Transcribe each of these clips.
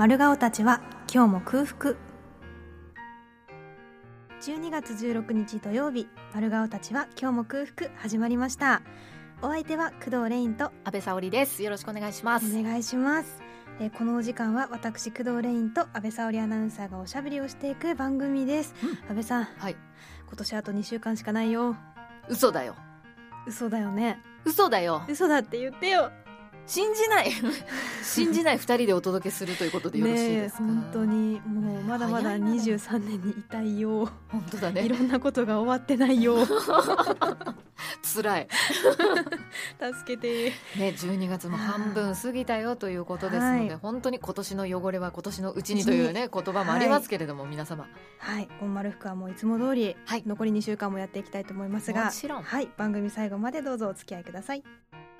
丸顔たちは今日も空腹。12月16日土曜日、丸顔たちは今日も空腹始まりました。お相手は工藤レインと安倍沙織です。よろしくお願いします。 お願いします。このお時間は私工藤レインと安倍沙織アナウンサーがおしゃべりをしていく番組です。安倍さん、 はい、 今年あと2週間しかないよ。 嘘だよ。 嘘だよね。 嘘だよ。 嘘だって言ってよ。 信じない信じない2人でお届けするということでよろしいですか。 本当にもうまだまだ23年にいたいよ。 本当だね。 いろんなことが終わってないよ辛い助けてね。12月も半分過ぎたよということですので、本当に今年の汚れは今年のうちにというね言葉もありますけれども、皆様、 はい、本丸福はもういつも通り、 はい、 残り2週間もやっていきたいと思いますが、 もちろん、 はい、番組最後までどうぞお付き合いください。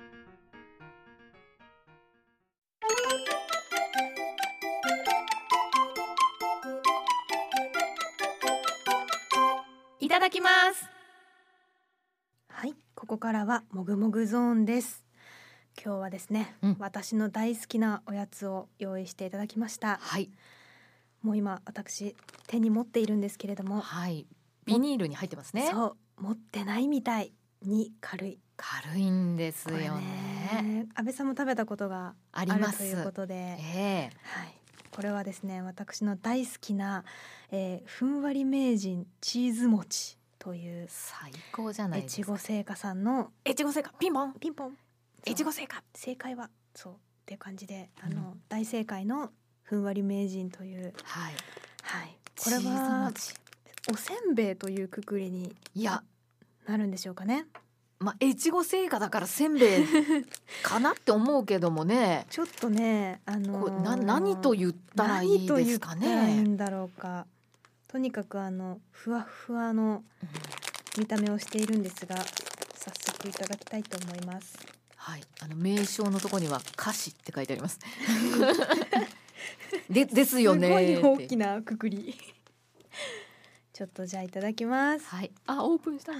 いただきます。 はい、ここからはもぐもぐゾーンです。今日はですね、私の大好きなおやつを用意していただきました。 はい、 もう今私手に持っているんですけれども、 はい、ビニールに入ってますね。 そう、持ってないみたいに軽いんですよね。 安倍さんも食べたことがあるということで、はい、これはですね、私の大好きな、ふんわり名人チーズ餅という最高じゃないですか。 越後製菓さんの越後製菓、ピンポンピンポン、 越後製菓、 正解はそうっていう感じで、大正解のふんわり名人という、はいはい、これはおせんべいというくくりになるんでしょうかね。 越後製菓だからせんべいかなって思うけどもねちょっとね、 何と言ったらいいですかね。 何と言ったらいいんだろうか。とにかくふわふわの見た目をしているんですが、早速いただきたいと思います。 はい、名称のところには菓子って書いてありますですよね。 すごい大きなくくりちょっとじゃあいただきます。 はい、オープンしたの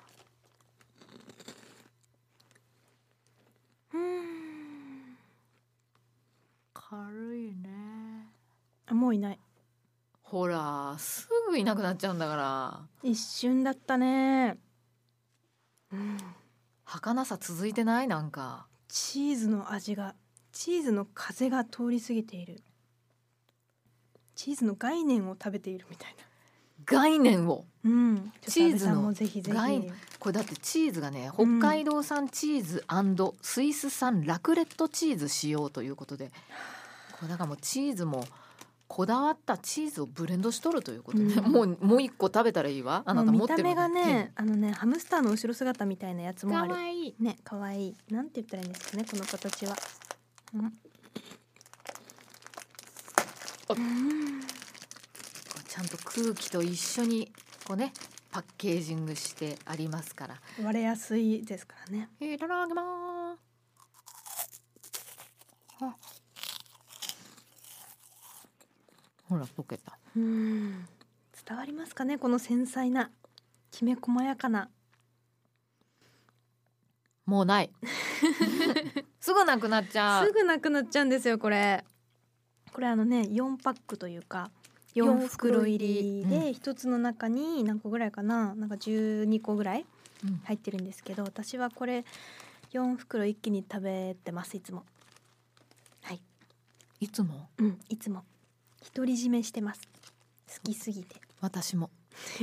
軽いね。 もういない。 ほら、すぐいなくなっちゃうんだから。 一瞬だったね。 儚さ続いてない？なんかチーズの味が、チーズの風が通り過ぎている。チーズの概念を食べているみたいな。 概念を、 チーズのぜひぜひ。 これだってチーズがね、北海道産チーズ&スイス産ラクレットチーズ使用ということで、これだからもうチーズもこだわったチーズをブレンドしとるということで、もう一個食べたらいいわ。あなた持ってる。 見た目がね、ハムスターの後ろ姿みたいなやつもある。 かわいいね、かわいい。なんて言ったらいいんですかね、この形は。 ちゃんと空気と一緒にこうねパッケージングしてありますから、 割れやすいですからね。 いただきます。ほら溶けた。 伝わりますかね、この繊細なきめ細やかな。 もうないすぐなくなっちゃう。 すぐなくなっちゃうんですよ。これ4パックというか4袋入りで、1つの中に何個ぐらいかな、なんか12個ぐらい入ってるんですけど、私はこれ4袋一気に食べてます、いつも。はい、 いつも？ いつも独り占めしてます、好きすぎて。 私も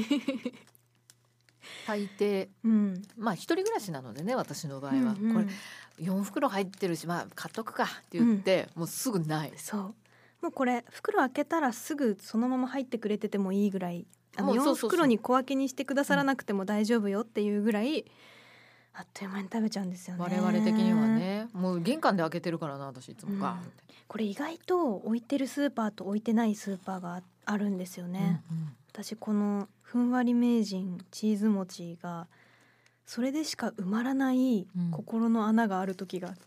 大抵、一人暮らしなのでね、私の場合は、これ4袋入ってるし、買っとくかって言って、もうすぐない。 そう、もうこれ袋開けたらすぐそのまま入ってくれててもいいぐらい、4袋に小分けにしてくださらなくても大丈夫よっていうぐらい、あっという間に食べちゃうんですよね。 我々的にはね、もう玄関で開けてるからな、私いつもガーンって。 これ意外と置いてるスーパーと置いてないスーパーがあるんですよね。私このふんわり名人チーズ餅がそれでしか埋まらない心の穴がある時があって、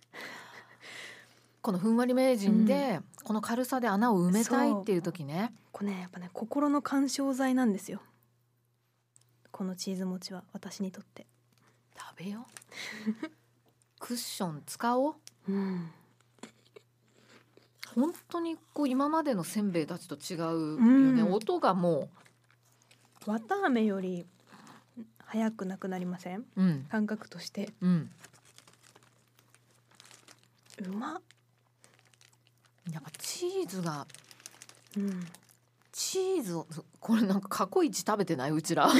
このふんわり名人で、この軽さで穴を埋めたいっていう時ね、 これね、やっぱね、心の緩衝材なんですよ、このチーズ餅は。私にとって食べよクッション使おう。 本当にこう今までのせんべいたちと違うよね、音がも綿あめより早くなくなりません？感覚として、うまっ。 やっぱチーズが、チーズをこれなんか過去一食べてないうちら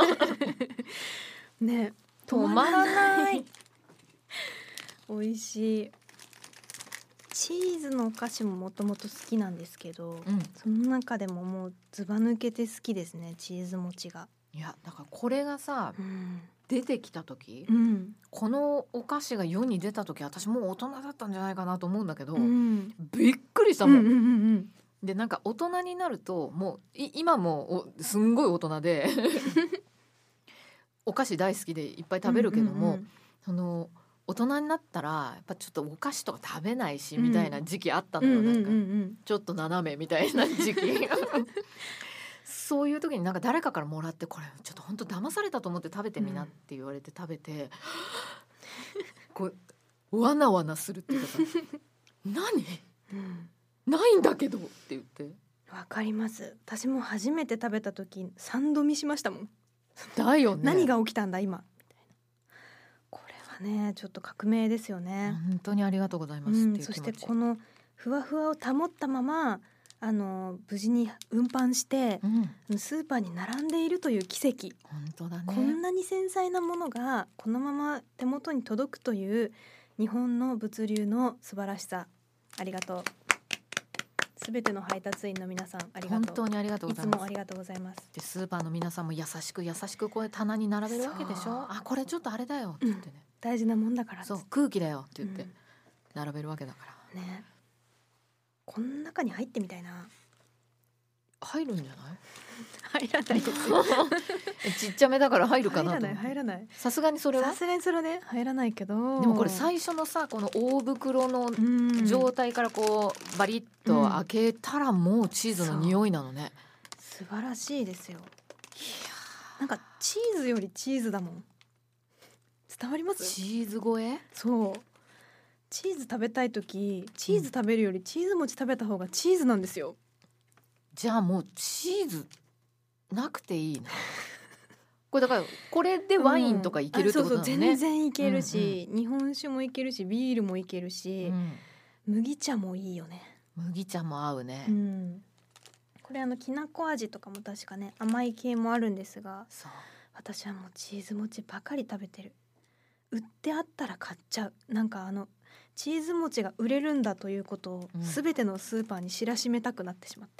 ね、 止まらない美味しい。チーズのお菓子ももともと好きなんですけど、その中でももうずば抜けて好きですね、チーズ餅が。 いやだからこれがさ、出てきた時、このお菓子が世に出た時私もう大人だったんじゃないかなと思うんだけど、びっくりしたもん。でなんか大人になるともう今もすんごい大人でお菓子大好きでいっぱい食べるけども、その大人になったらやっぱちょっとお菓子とか食べないしみたいな時期あったのよ、なんかちょっと斜めみたいな時期そういう時になんか誰かからもらって、これちょっと本当騙されたと思って食べてみなって言われて食べて、こうわなわなするっていうか何、ないんだけどって言って。 わかります。私も初めて食べた時3度見しましたもん。 だよね。 何が起きたんだ今みたいな。これはねちょっと革命ですよね。 本当にありがとうございますっていう気持ち、 そしてこのふわふわを保ったまま無事に運搬して、スーパーに並んでいるという奇跡。 本当だね。 こんなに繊細なものがこのまま手元に届くという日本の物流の素晴らしさ、ありがとう。すべての配達員の皆さんありがとう。 本当にありがとうございます。 いつもありがとうございます。 でスーパーの皆さんも優しく優しくこう棚に並べるわけでしょ。あ、これちょっとあれだよって言ってね、 大事なもんだからそう空気だよって言って並べるわけだからね。この中に入ってみたいな。 入るんじゃない？入らないですちっちゃめだから入るかなと。 入らない。 さすがにそれはね入らないけど、 でもこれ最初のさこの大袋の状態からこうバリッと開けたらもうチーズの匂いなのね。 素晴らしいですよ。いやなんかチーズよりチーズだもん。伝わります？ チーズ超え？ そう、チーズ食べたい時チーズ食べるよりチーズ餅食べた方がチーズなんですよ。 じゃあもうチーズなくていいなこれだからこれでワインとかいけるってことだね。 そう全然いけるし、日本酒もいけるしビールもいけるし、麦茶もいいよね。 麦茶も合うね、 これきなこ味とかも確かね甘い系もあるんですが、 そう私はもうチーズ餅ばかり食べてる。売ってあったら買っちゃう。なんかチーズ餅が売れるんだということを全てのスーパーに知らしめたくなってしまって、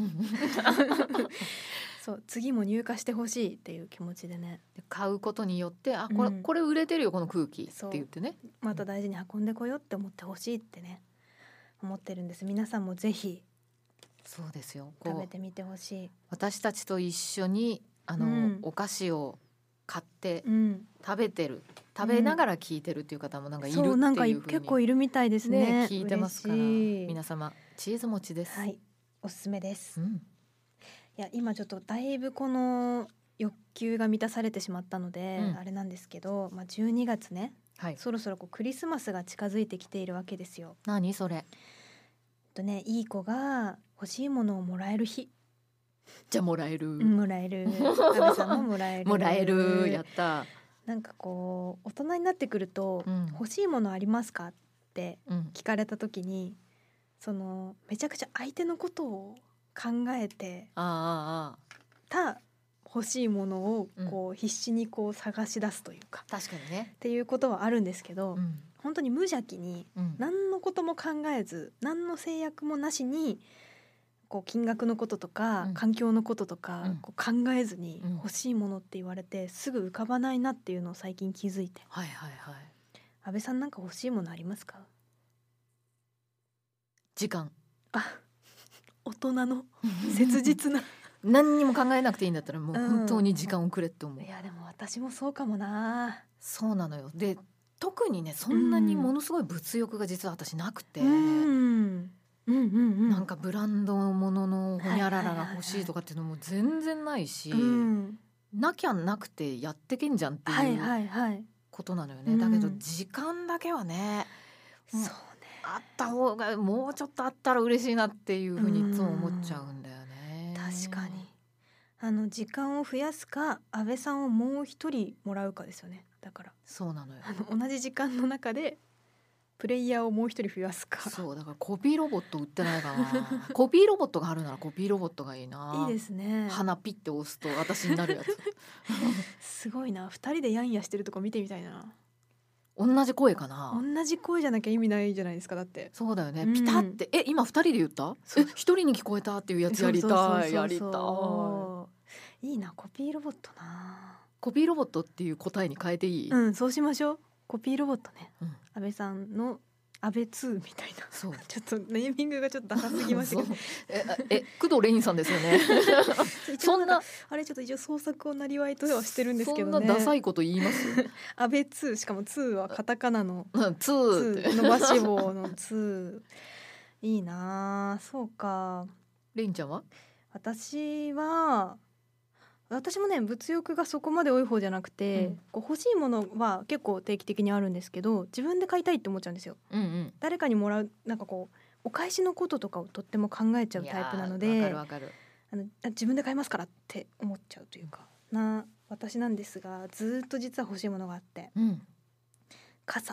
そう次も入荷してほしいっていう気持ちでね、 買うことによってこれ売れてるよこの空気って言ってね、 また大事に運んでこようって思ってほしいってね思ってるんです。皆さんもぜひそうですよ食べてみてほしい。 私たちと一緒にお菓子を買って食べてる、食べながら聞いてるっていう方もなんかいるっていう風に、 なんか結構いるみたいですね。 聞いてますから皆様チーズ餅です。 はい、おすすめです。いや今ちょっとだいぶこの欲求が満たされてしまったので、あれなんですけど、12月ね、そろそろクリスマスが近づいてきているわけですよ。 何それ？ いい子が欲しいものをもらえる日。 じゃあもらえる。 もらえる。安部さんももらえる。 もらえる。やった。 なんか大人になってくると、欲しいものありますかって聞かれた時に、めちゃくちゃ相手のことを考えて欲しいものを必死に探し出すというか、 確かにねっていうことはあるんですけど、本当に無邪気に何のことも考えず、何の制約もなしに金額のこととか環境のこととか考えずに欲しいものって言われてすぐ浮かばないなっていうのを最近気づいて。安倍さんなんか欲しいものありますか？ 時間。 大人の切実な何にも考えなくていいんだったらもう本当に時間をくれって思う。 いやでも私もそうかもな。 そうなのよ。で特にねそんなにものすごい物欲が実は私なくて、なんかブランドもののホニャララが欲しいとかっていうのも全然ないし、なきゃなくてやってけんじゃんっていうことなのよね。だけど時間だけはね、 あった方がもうちょっとあったら嬉しいなっていうふうにいつも思っちゃうんだよね。 確かに時間を増やすか安倍さんをもう一人もらうかですよね。だからそうなのよ。 同じ時間の中でプレイヤーをもう一人増やすか。 そうだからコピーロボット売ってないかなコピーロボットがあるならコピーロボットがいいな。 いいですね。 鼻ピッて押すと私になるやつすごいな、二人でヤンヤしてるとこ見てみたいな。 同じ声かな。 同じ声じゃなきゃ意味ないじゃないですか。だってそうだよね、 うんピタって今二人で言ったそう一人に聞こえたっていうやつやりたいやりたい。 いいなコピーロボットな。 コピーロボットっていう答えに変えていい、 そうしましょう。コピーロボットね、 うん安倍さんの安倍2みたいな。 そうちょっとネーミングがちょっとダサすぎましたけど工藤レインさんですよねそんなあれちょっと一応創作をなりわいとはしてるんですけどね。 そんなダサいこと言います安倍2、しかも2はカタカナのツーって伸ばし棒の2いいなあ。そうか。 レインちゃんは私もね物欲がそこまで多い方じゃなくて、こう欲しいものは結構定期的にあるんですけど、自分で買いたいって思っちゃうんですよ。誰かにもらうなんかこうお返しのこととかをとっても考えちゃうタイプなので、 わかる自分で買いますからって思っちゃうというかな私なんですが、ずっと実は欲しいものがあって、傘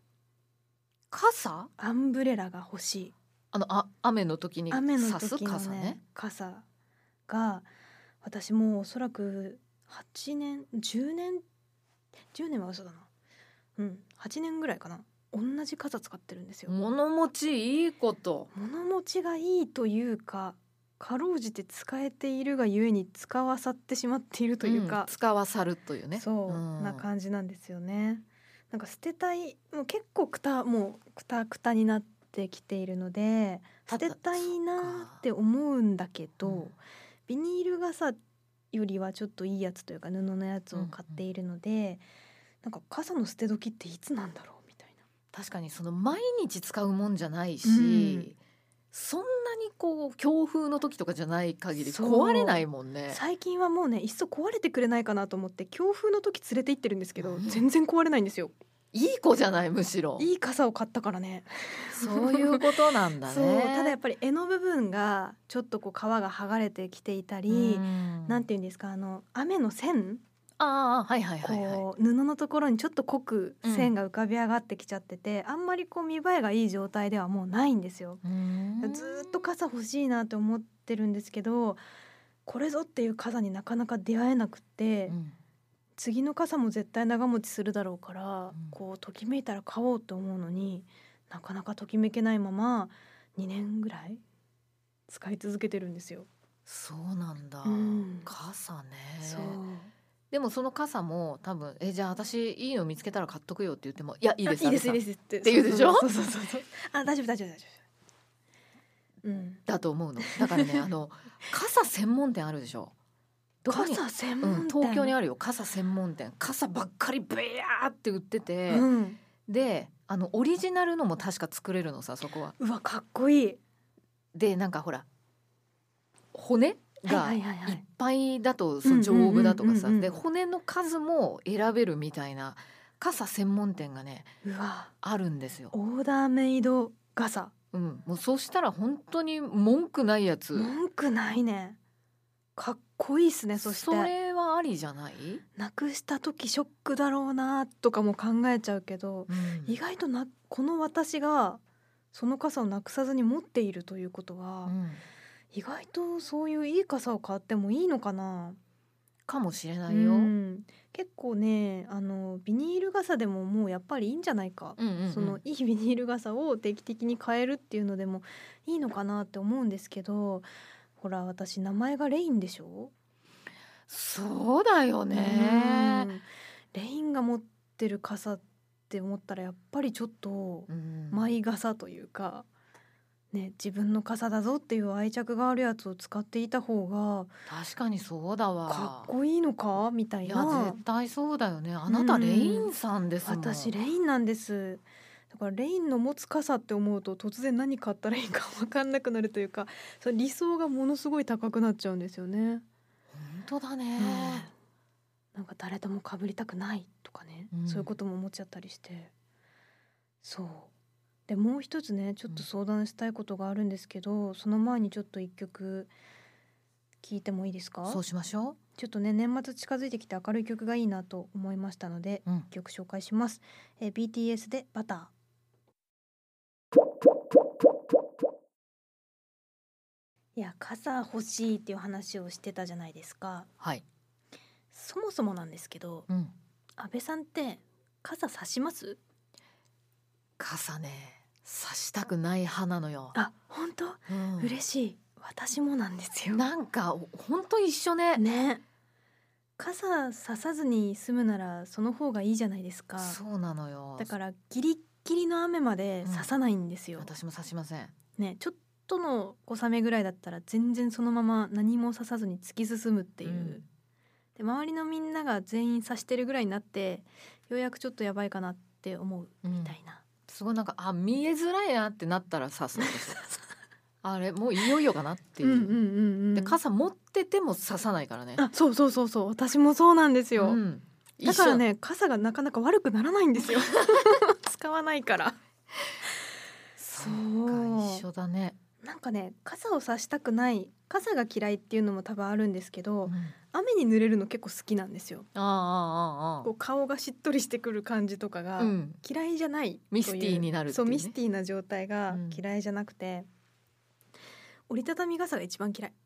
アンブレラが欲しい。 雨の時に雨の差す時の傘ね。 傘が私もうおそらく8年10年は嘘だな、8年ぐらいかな、同じ傘使ってるんですよ。 物持ちいいこと。 物持ちがいいというか、かろうじて使えているがゆえに使わさってしまっているというか、 使わさるというね、 そうな感じなんですよね。なんか捨てたい、もう結構くたくたになってきているので捨てたいなって思うんだけど、ビニール傘よりはちょっといいやつというか布のやつを買っているので、なんか傘の捨て時っていつなんだろうみたいな。 確かにその毎日使うもんじゃないし、そんなにこう強風の時とかじゃない限り壊れないもんね。 最近はもうね、いっそ壊れてくれないかなと思って強風の時連れて行ってるんですけど、全然壊れないんですよ。 いい子じゃない、むしろいい傘を買ったからね。 そういうことなんだね。 そうただやっぱり柄の部分がちょっとこう皮が剥がれてきていたり、なんていうんですか、雨の線、こう布のところにちょっと濃く線が浮かび上がってきちゃってて、あんまりこう見栄えがいい状態ではもうないんですよ。ずっと傘欲しいなと思ってるんですけど、これぞっていう傘になかなか出会えなくて、次の傘も絶対長持ちするだろうから、こうときめいたら買おうと思うのになかなかときめけないまま2年ぐらい使い続けてるんですよ。 そうなんだ、傘ね。 そうでもその傘も多分じゃあ私いいの見つけたら買っとくよって言っても、いやいいですいいですいいですって言うでしょ。 そう大丈夫だと思うの。だからね傘専門店あるでしょ。 傘専門店、 東京にあるよ、傘専門店。傘ばっかりベヤーって売ってて、でオリジナルのも確か作れるのさ、そこは。 うわかっこいい。 でなんかほら骨がいっぱいだとその丈夫だとかさ、で骨の数も選べるみたいな傘専門店がねあるんですよ。 オーダーメイド傘、 もうそうしたら本当に文句ないやつ。 文句ないね。かっこいいっすね。そしてそれはありじゃない？ なくした時ショックだろうなとかも考えちゃうけど、意外とこの私がその傘をなくさずに持っているということは、意外とそういういい傘を買ってもいいのかな、 かもしれないよ。 結構ねビニール傘でももうやっぱりいいんじゃないか、そのいいビニール傘を定期的に買えるっていうのでもいいのかなって思うんですけど、ほら私名前がレインでしょ。 そうだよね。 レインが持ってる傘って思ったらやっぱりちょっとマイ傘というかね、自分の傘だぞっていう愛着があるやつを使っていた方が確かにそうだわ、 かっこいいのかみたいな。 いや絶対そうだよね。あなたレインさんですもん。 私レインなんです。だからレインの持つ傘って思うと突然何買ったらいいか分かんなくなるというか、その理想がものすごい高くなっちゃうんですよね。 本当だね、 なんか誰とも被りたくないとかね、そういうことも思っちゃったりして、そうでもう一つねちょっと相談したいことがあるんですけど、その前にちょっと一曲聞いてもいいですか？ そうしましょちょっとね年末近づいてきて明るい曲がいいなと思いましたので、 う。 一曲紹介します、BTS でバター。いや傘欲しいっていう話をしてたじゃないですか。 はい。 そもそもなんですけど、安倍さんって傘差します？ 傘ね、差したくない派なのよ。 あ、本当、嬉しい。私もなんですよ。 なんか本当一緒ね。 ね、傘ささずに済むならその方がいいじゃないですか。 そうなのよ。 だからギリッギリの雨までささないんですよ、 私も差しません。 ね、ちょっとの小雨ぐらいだったら全然そのまま何もささずに突き進むっていう、で周りのみんなが全員さしてるぐらいになってようやくちょっとやばいかなって思うみたいな、 すごいなんか見えづらいなってなったら差すんですよあれもういよいよかなっていう、で傘持ってても差さないからね。 あ、そうそうそうそう、私もそうなんですよ、だからね、 ね傘がなかなか悪くならないんですよ使わないから。 そうか、一緒だね。 なんかね傘を差したくない、傘が嫌いっていうのも多分あるんですけど、雨に濡れるの結構好きなんですよ。こう顔がしっとりしてくる感じとかが嫌いじゃないという、 ミスティーになるっていうね。 そうミスティーな状態が嫌いじゃなくて、折りたたみ傘が一番嫌い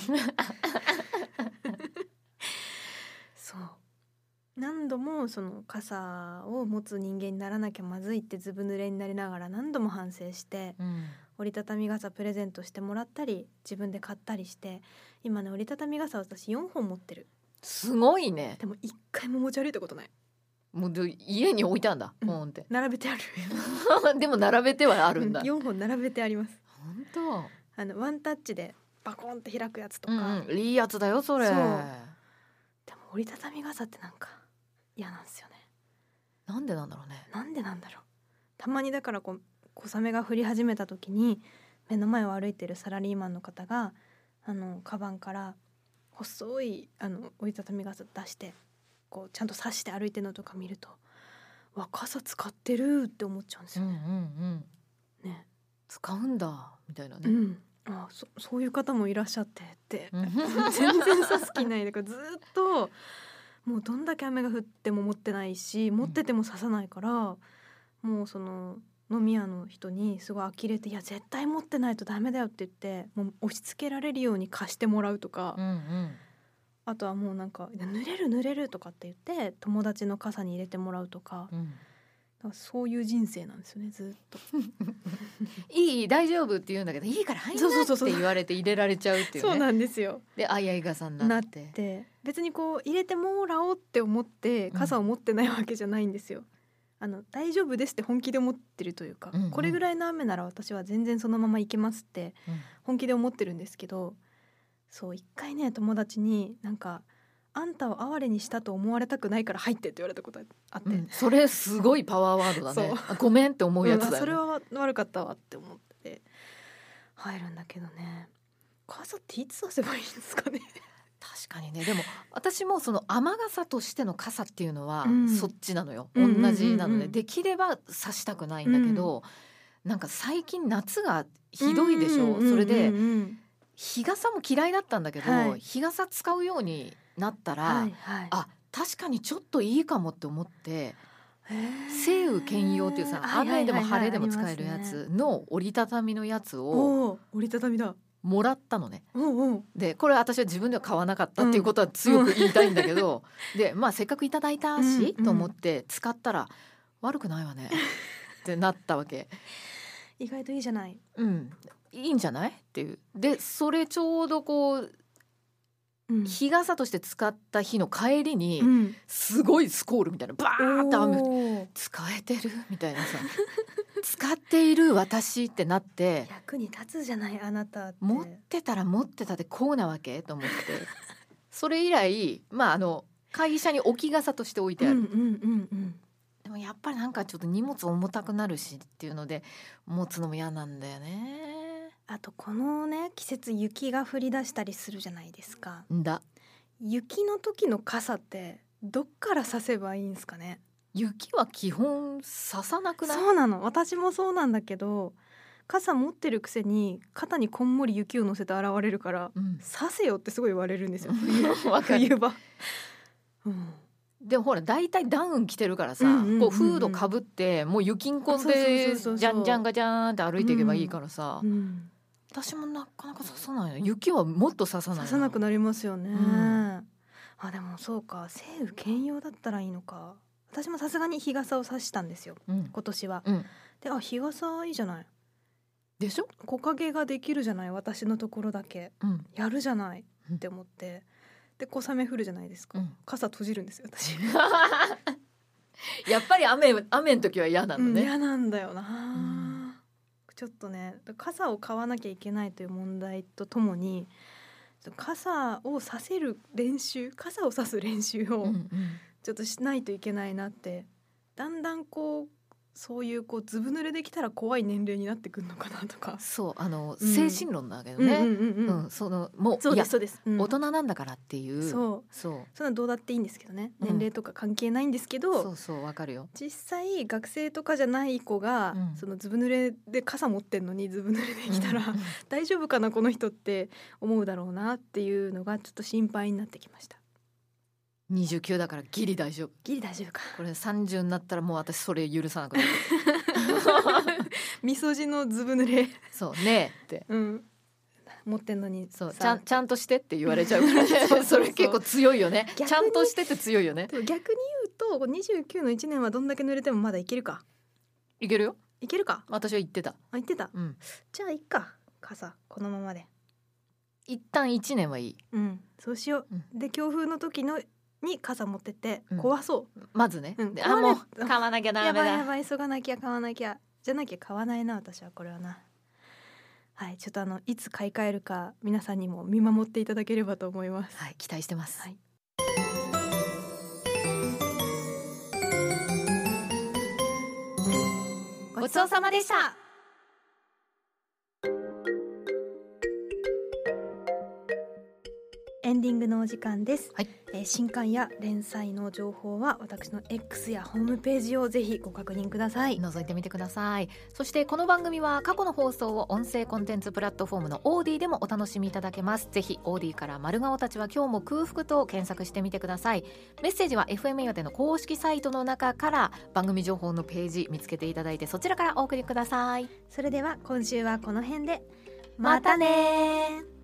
そう、何度もその傘を持つ人間にならなきゃまずいってずぶ濡れになりながら何度も反省して、折りたたみ傘プレゼントしてもらったり自分で買ったりして、今ね折りたたみ傘私4本持ってる。 すごいね。 でも1回も持ち歩いたことない。 もう家に置いたんだ、ポンって並べてあるでも並べてはあるんだ、 4本並べてあります。 本当ワンタッチでバコンって開くやつとか、 いいやつだよそれ。そうでも折りたたみ傘ってなんか嫌なんですよね。 なんでなんだろうね。 なんでなんだろう。たまにだから小雨が降り始めた時に目の前を歩いてるサラリーマンの方がカバンから細い折りたたみ傘出してこうちゃんと差して歩いてるのとか見ると、わ傘使ってるって思っちゃうんですよね。ね、 使うんだみたいなね。 そういう方もいらっしゃってって全然差す気ない。だからずっともうどんだけ雨が降っても持ってないし、持ってても差さないから、もうその飲み屋の人にすごい呆れて、いや絶対持ってないとダメだよって言ってもう押し付けられるように貸してもらうとか、あとはもうなんか濡れるとかって言って友達の傘に入れてもらうとか、そういう人生なんですよねずっといい大丈夫って言うんだけど、いいから入んなって言われて入れられちゃうっていうね。 そうなんですよ。 で相合い傘になって別にこう入れてもらおうって思って傘を持ってないわけじゃないんですよ。大丈夫ですって本気で思ってるというか、これぐらいの雨なら私は全然そのまま行けますって本気で思ってるんですけど、そう一回ね友達になんかあんたを哀れにしたと思われたくないから入ってって言われたことあって、 それすごいパワーワードだね。ごめんって思うやつだよね。 それは悪かったわって思って入るんだけどね、傘っていつ出せばいいんですかね。 確かにね。でも私もその雨傘としての傘っていうのはそっちなのよ、同じなので、できれば差したくないんだけど、なんか最近夏がひどいでしょ、それで日傘も嫌いだったんだけど、日傘使うようになったら、確かにちょっといいかもって思って、晴雨兼用っていうさ、雨でも晴れでも使えるやつの折りたたみのやつを折りたたみだもらったのね。でこれ私は自分では買わなかったっていうことは強く言いたいんだけど、でせっかくいただいたしと思って使ったら悪くないわねってなったわけ。 意外といいじゃない。 いいんじゃないっていう。でそれちょうどこう日傘として使った日の帰りに、すごいスコールみたいなバーって雨使えてるみたいなさ使っている私ってなって、 役に立つじゃないあなたって。 持ってたら持ってたでこうなわけと思ってそれ以来会社に置き傘として置いてある。でもやっぱりなんかちょっと荷物重たくなるしっていうので持つのも嫌なんだよね。 あとこのね季節雪が降り出したりするじゃないですか。 だ雪の時の傘ってどっから差せばいいんですかね。 雪は基本刺さなくない？ そうなの、私もそうなんだけど、傘持ってるくせに肩にこんもり雪を乗せて現れるから、刺せよってすごい言われるんですよ冬場、 でもほら大体ダウン着てるからさ、こうフードかぶってもう雪んこでじゃんじゃんがじゃーんって歩いていけばいいからさ、私もなかなか刺さないの。雪はもっと刺さない。 刺さなくなりますよね、あでもそうか、晴雨兼用だったらいいのか。私もさすがに日傘を差したんですよ、今年は、で日傘いいじゃないでしょ。 木陰ができるじゃない、私のところだけ、やるじゃないって思って、で小雨降るじゃないですか、傘閉じるんですよ私やっぱり雨の時は嫌なのね、 嫌なんだよな、ちょっとね傘を買わなきゃいけないという問題とともに、傘を差せる練習、傘を差す練習をちょっとしないといけないなって、だんだんこうそういうずぶ濡れできたら怖い年齢になってくるのかなとか。 そう精神論だけどね、そのもうそうですそうです、 大人なんだからっていう、 そんなどうだっていいんですけどね、年齢とか関係ないんですけど、 そうわかるよ。 実際学生とかじゃない子が、そのずぶ濡れで傘持ってんのにずぶ濡れできたら、大丈夫かなこの人って思うだろうなっていうのがちょっと心配になってきました。 29だからギリ大丈夫。 ギリ大丈夫か。 これ30になったらもう私それ許さなくなるみそじのずぶ濡れそうねって、 持ってんのにそうちゃんとしてって言われちゃうからねそれ結構強いよね。ちゃんとしてって強いよね。 逆に言うと29の1年はどんだけ濡れてもまだいけるか。 いけるよ。 いけるか。 私は言ってた。 言ってた、じゃあいっか、傘このままで一旦1年はいい、 そうしよう、で強風の時のに傘持ってって怖そう、 まずね、あもう買わなきゃダメだ、 やばい急がなきゃ買わなきゃじゃなきゃ買わないな私はこれはな。はい、ちょっといつ買い替えるか皆さんにも見守っていただければと思います。 はい、期待してます。 ごちそうさまでした。エンディングのお時間です、新刊や連載の情報は私の X やホームページをぜひご確認ください。 覗いてみてください。そしてこの番組は過去の放送を音声コンテンツプラットフォームのオーディでもお楽しみいただけます。ぜひオーディから丸顔たちは今日も空腹と検索してみてください。メッセージは FM 岩手の公式サイトの中から番組情報のページ見つけていただいて、そちらからお送りください。 それでは今週はこの辺で、またね。